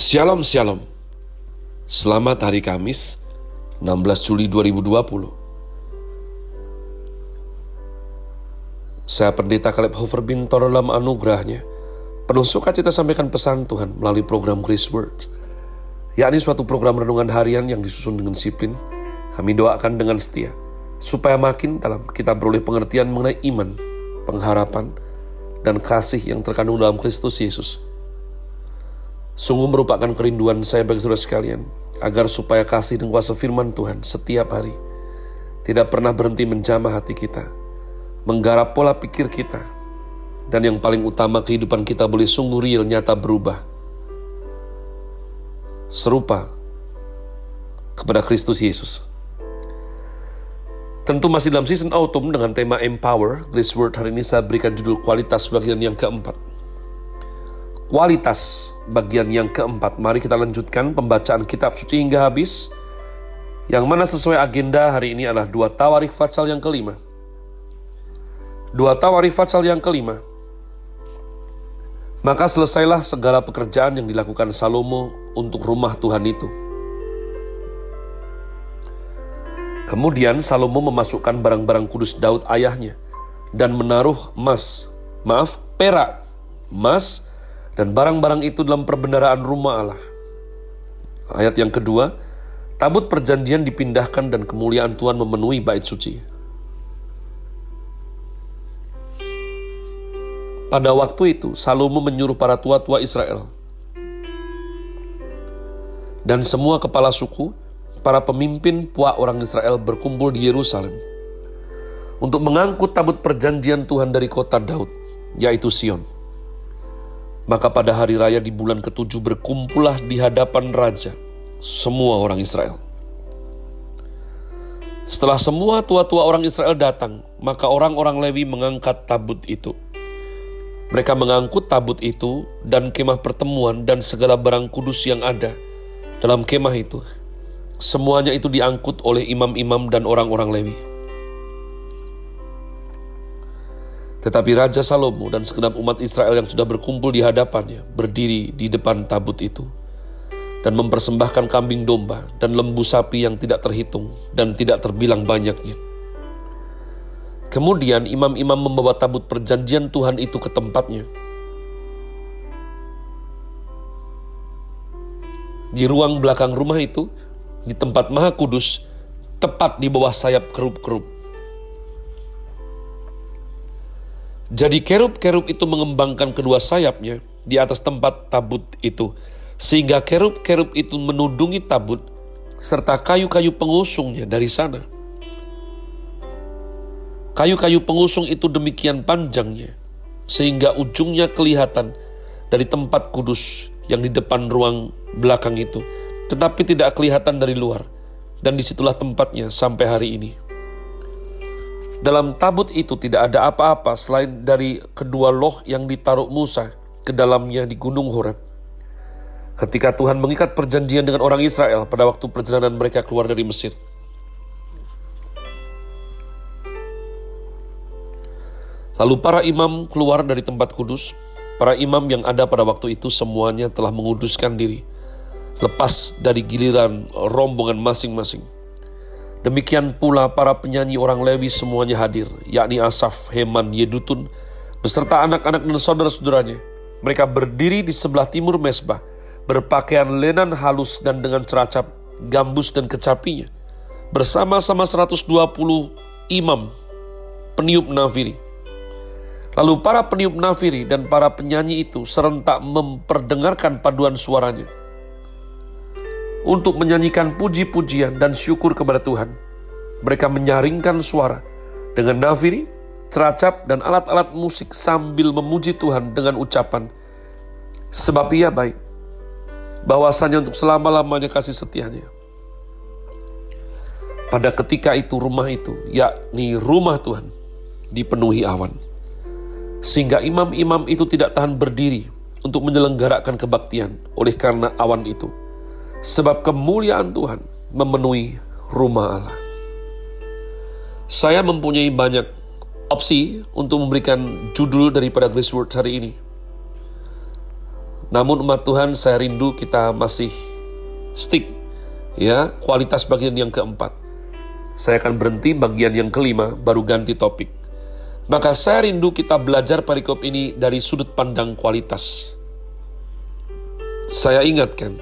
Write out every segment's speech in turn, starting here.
Shalom Shalom. Selamat hari Kamis 16 Juli 2020. Saya Pendeta Caleb Hofer Bintor dalam anugerahnya penuh sukacita sampaikan pesan Tuhan melalui program Grace Words, yakni suatu program renungan harian yang disusun dengan disiplin. Kami doakan dengan setia supaya makin dalam kita beroleh pengertian mengenai iman, pengharapan, dan kasih yang terkandung dalam Kristus Yesus. Sungguh merupakan kerinduan saya bagi saudara sekalian, agar supaya kasih dan kuasa firman Tuhan setiap hari tidak pernah berhenti menjamah hati kita, menggarap pola pikir kita, dan yang paling utama kehidupan kita boleh sungguh real, nyata, berubah serupa kepada Kristus Yesus. Tentu masih dalam season autumn dengan tema Empower. Grace Word hari ini saya berikan judul kualitas bagian yang keempat. Kualitas bagian yang keempat. Mari kita lanjutkan pembacaan kitab suci hingga habis, yang mana sesuai agenda hari ini adalah 2 Tawarikh Fatsal yang kelima. 2 Tawarikh Fatsal yang kelima. Maka selesailah segala pekerjaan yang dilakukan Salomo untuk rumah Tuhan itu. Kemudian Salomo memasukkan barang-barang kudus Daud ayahnya dan menaruh perak, emas, dan barang-barang itu dalam perbendaharaan rumah Allah. Ayat yang kedua, tabut perjanjian dipindahkan dan kemuliaan Tuhan memenuhi bait suci. Pada waktu itu, Salomo menyuruh para tua-tua Israel dan semua kepala suku, para pemimpin puak orang Israel berkumpul di Yerusalem untuk mengangkut tabut perjanjian Tuhan dari kota Daud, yaitu Sion. Maka pada hari raya di bulan ke-7 berkumpullah di hadapan raja semua orang Israel. Setelah semua tua-tua orang Israel datang, maka orang-orang Lewi mengangkat tabut itu. Mereka mengangkut tabut itu dan kemah pertemuan dan segala barang kudus yang ada dalam kemah itu. Semuanya itu diangkut oleh imam-imam dan orang-orang Lewi. Tetapi Raja Salomo dan segenap umat Israel yang sudah berkumpul di hadapannya berdiri di depan tabut itu dan mempersembahkan kambing domba dan lembu sapi yang tidak terhitung dan tidak terbilang banyaknya. Kemudian imam-imam membawa tabut perjanjian Tuhan itu ke tempatnya di ruang belakang rumah itu, di tempat Maha Kudus, tepat di bawah sayap kerub-kerub. Jadi kerub-kerub itu mengembangkan kedua sayapnya di atas tempat tabut itu, sehingga kerub-kerub itu menudungi tabut serta kayu-kayu pengusungnya dari sana. Kayu-kayu pengusung itu demikian panjangnya, sehingga ujungnya kelihatan dari tempat kudus yang di depan ruang belakang itu, tetapi tidak kelihatan dari luar, dan disitulah tempatnya sampai hari ini. Dalam tabut itu tidak ada apa-apa selain dari kedua loh yang ditaruh Musa ke dalamnya di Gunung Horeb, ketika Tuhan mengikat perjanjian dengan orang Israel pada waktu perjalanan mereka keluar dari Mesir. Lalu para imam keluar dari tempat kudus. Para imam yang ada pada waktu itu semuanya telah menguduskan diri, lepas dari giliran rombongan masing-masing. Demikian pula para penyanyi orang Lewi semuanya hadir, yakni Asaf, Heman, Yedutun, beserta anak-anak dan saudara-saudaranya. Mereka berdiri di sebelah timur mezbah, berpakaian lenan halus dan dengan ceracap, gambus dan kecapinya, bersama-sama 120 imam peniup nafiri. Lalu para peniup nafiri dan para penyanyi itu serentak memperdengarkan paduan suaranya untuk menyanyikan puji-pujian dan syukur kepada Tuhan. Mereka menyaringkan suara dengan nafiri, ceracap, dan alat-alat musik sambil memuji Tuhan dengan ucapan, sebab Ia baik, bahwasanya untuk selama-lamanya kasih setianya. Pada ketika itu rumah itu, yakni rumah Tuhan, dipenuhi awan, sehingga imam-imam itu tidak tahan berdiri untuk menyelenggarakan kebaktian oleh karena awan itu. Sebab kemuliaan Tuhan memenuhi rumah Allah. Saya mempunyai banyak opsi untuk memberikan judul daripada Grace Word hari ini. Namun umat Tuhan, saya rindu kita masih stick, ya, kualitas bagian yang keempat. Saya akan berhenti bagian yang kelima, baru ganti topik. Maka saya rindu kita belajar perikop ini dari sudut pandang kualitas. Saya ingatkan,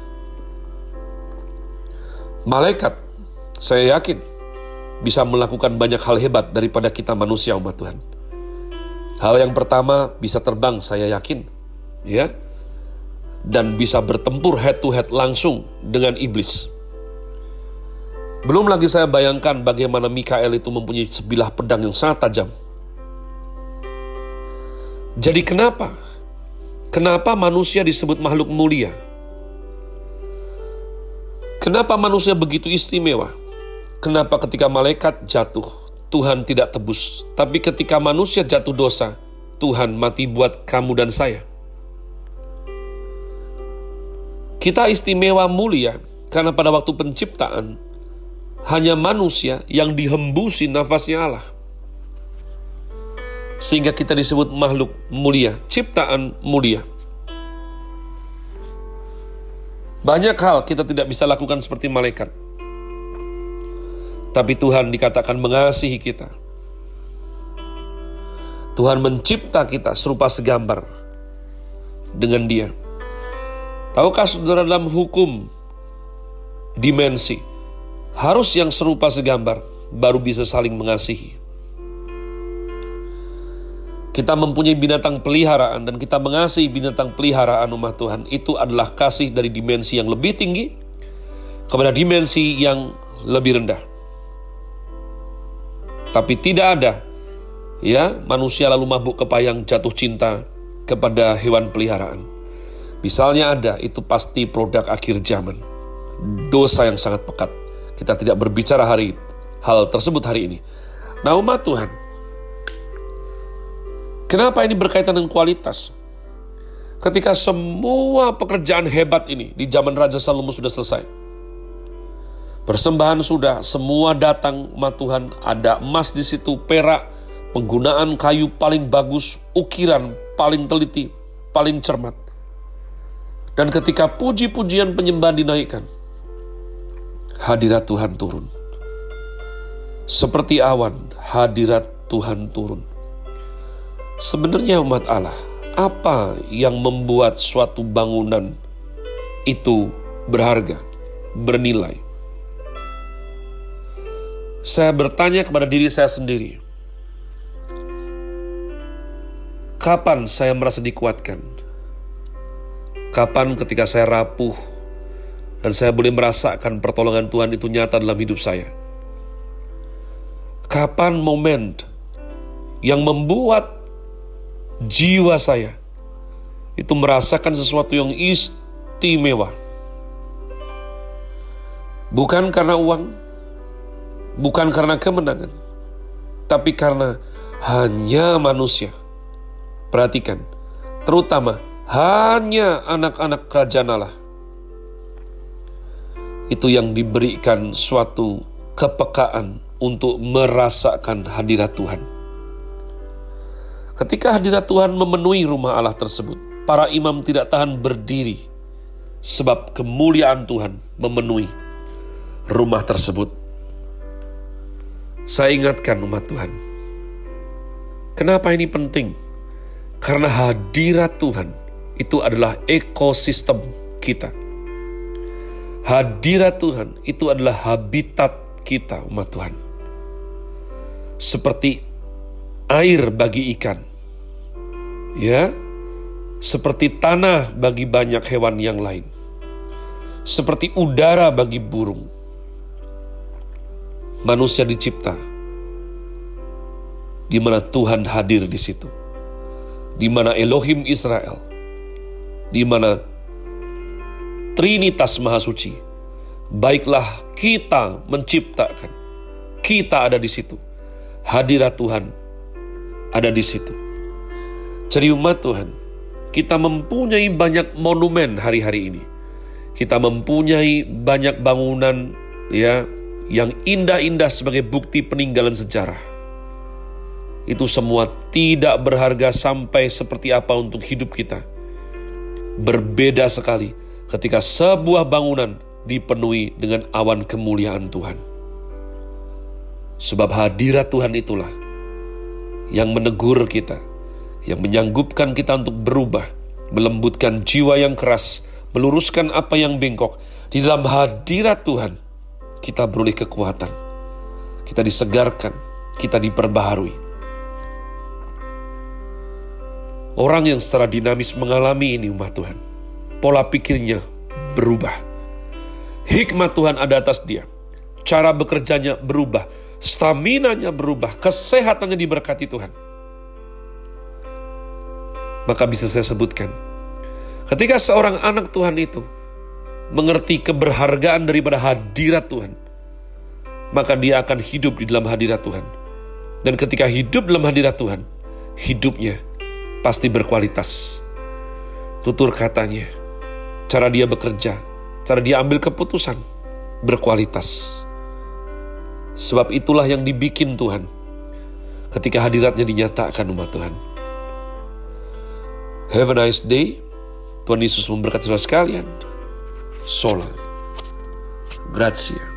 malaikat, saya yakin, bisa melakukan banyak hal hebat daripada kita manusia, umat Tuhan. Hal yang pertama, bisa terbang, saya yakin, ya, dan bisa bertempur head to head langsung dengan iblis. Belum lagi saya bayangkan bagaimana Mikael itu mempunyai sebilah pedang yang sangat tajam. Jadi kenapa manusia disebut makhluk mulia? Kenapa manusia begitu istimewa? Kenapa ketika malaikat jatuh, Tuhan tidak tebus, tapi ketika manusia jatuh dosa, Tuhan mati buat kamu dan saya? Kita istimewa mulia karena pada waktu penciptaan hanya manusia yang dihembusi nafasnya Allah. Sehingga kita disebut makhluk mulia, ciptaan mulia. Banyak hal kita tidak bisa lakukan seperti malaikat. Tapi Tuhan dikatakan mengasihi kita. Tuhan mencipta kita serupa segambar dengan Dia. Tahukah saudara, dalam hukum dimensi, harus yang serupa segambar, baru bisa saling mengasihi. Kita mempunyai binatang peliharaan dan kita mengasihi binatang peliharaan umat Tuhan. Itu adalah kasih dari dimensi yang lebih tinggi kepada dimensi yang lebih rendah. Tapi tidak ada, ya, manusia lalu mabuk kepayang jatuh cinta kepada hewan peliharaan. Misalnya ada, itu pasti produk akhir zaman. Dosa yang sangat pekat. Kita tidak berbicara hal tersebut hari ini. Nah, umat Tuhan, kenapa ini berkaitan dengan kualitas? Ketika semua pekerjaan hebat ini di zaman Raja Salomo sudah selesai, persembahan sudah, semua datang, umat Tuhan, ada emas di situ, perak, penggunaan kayu paling bagus, ukiran paling teliti, paling cermat. Dan ketika puji-pujian penyembahan dinaikkan, hadirat Tuhan turun. Seperti awan, hadirat Tuhan turun. Sebenarnya umat Allah, apa yang membuat suatu bangunan itu berharga, bernilai? Saya bertanya kepada diri saya sendiri, kapan saya merasa dikuatkan? Kapan ketika saya rapuh dan saya boleh merasakan pertolongan Tuhan itu nyata dalam hidup saya? Kapan momen yang membuat jiwa saya itu merasakan sesuatu yang istimewa? Bukan karena uang, bukan karena kemenangan, tapi karena hanya manusia. Perhatikan, terutama hanya anak-anak kerajaan Allah itu yang diberikan suatu kepekaan untuk merasakan hadirat Tuhan. Ketika hadirat Tuhan memenuhi rumah Allah tersebut, para imam tidak tahan berdiri sebab kemuliaan Tuhan memenuhi rumah tersebut. Saya ingatkan umat Tuhan, kenapa ini penting? Karena hadirat Tuhan itu adalah ekosistem kita. Hadirat Tuhan itu adalah habitat kita, umat Tuhan. Seperti air bagi ikan, ya, seperti tanah bagi banyak hewan yang lain, seperti udara bagi burung. Manusia dicipta di mana Tuhan hadir di situ, di mana Elohim Israel, di mana Trinitas Maha Suci. Baiklah kita menciptakan, kita ada di situ. Hadirat Tuhan ada di situ. Jadi umat Tuhan, kita mempunyai banyak monumen hari-hari ini. Kita mempunyai banyak bangunan, ya, yang indah-indah sebagai bukti peninggalan sejarah. Itu semua tidak berharga sampai seperti apa untuk hidup kita Berbeda sekali ketika sebuah bangunan dipenuhi dengan awan kemuliaan Tuhan. Sebab hadirat Tuhan itulah yang menegur kita, yang menyanggupkan kita untuk berubah, melembutkan jiwa yang keras, meluruskan apa yang bengkok. Di dalam hadirat Tuhan, kita beroleh kekuatan, kita disegarkan, kita diperbaharui. Orang yang secara dinamis mengalami ini umat Tuhan, pola pikirnya berubah. Hikmat Tuhan ada atas dia, cara bekerjanya berubah, staminanya berubah, kesehatannya diberkati Tuhan. Maka bisa saya sebutkan, ketika seorang anak Tuhan itu mengerti keberhargaan daripada hadirat Tuhan, maka dia akan hidup di dalam hadirat Tuhan. Dan ketika hidup dalam hadirat Tuhan, hidupnya pasti berkualitas. Tutur katanya, cara dia bekerja, cara dia ambil keputusan, berkualitas. Sebab itulah yang dibikin Tuhan ketika hadiratnya dinyatakan umat Tuhan. Have a nice day. Tuhan Yesus memberkati saudara sekalian. Sola. Grazie.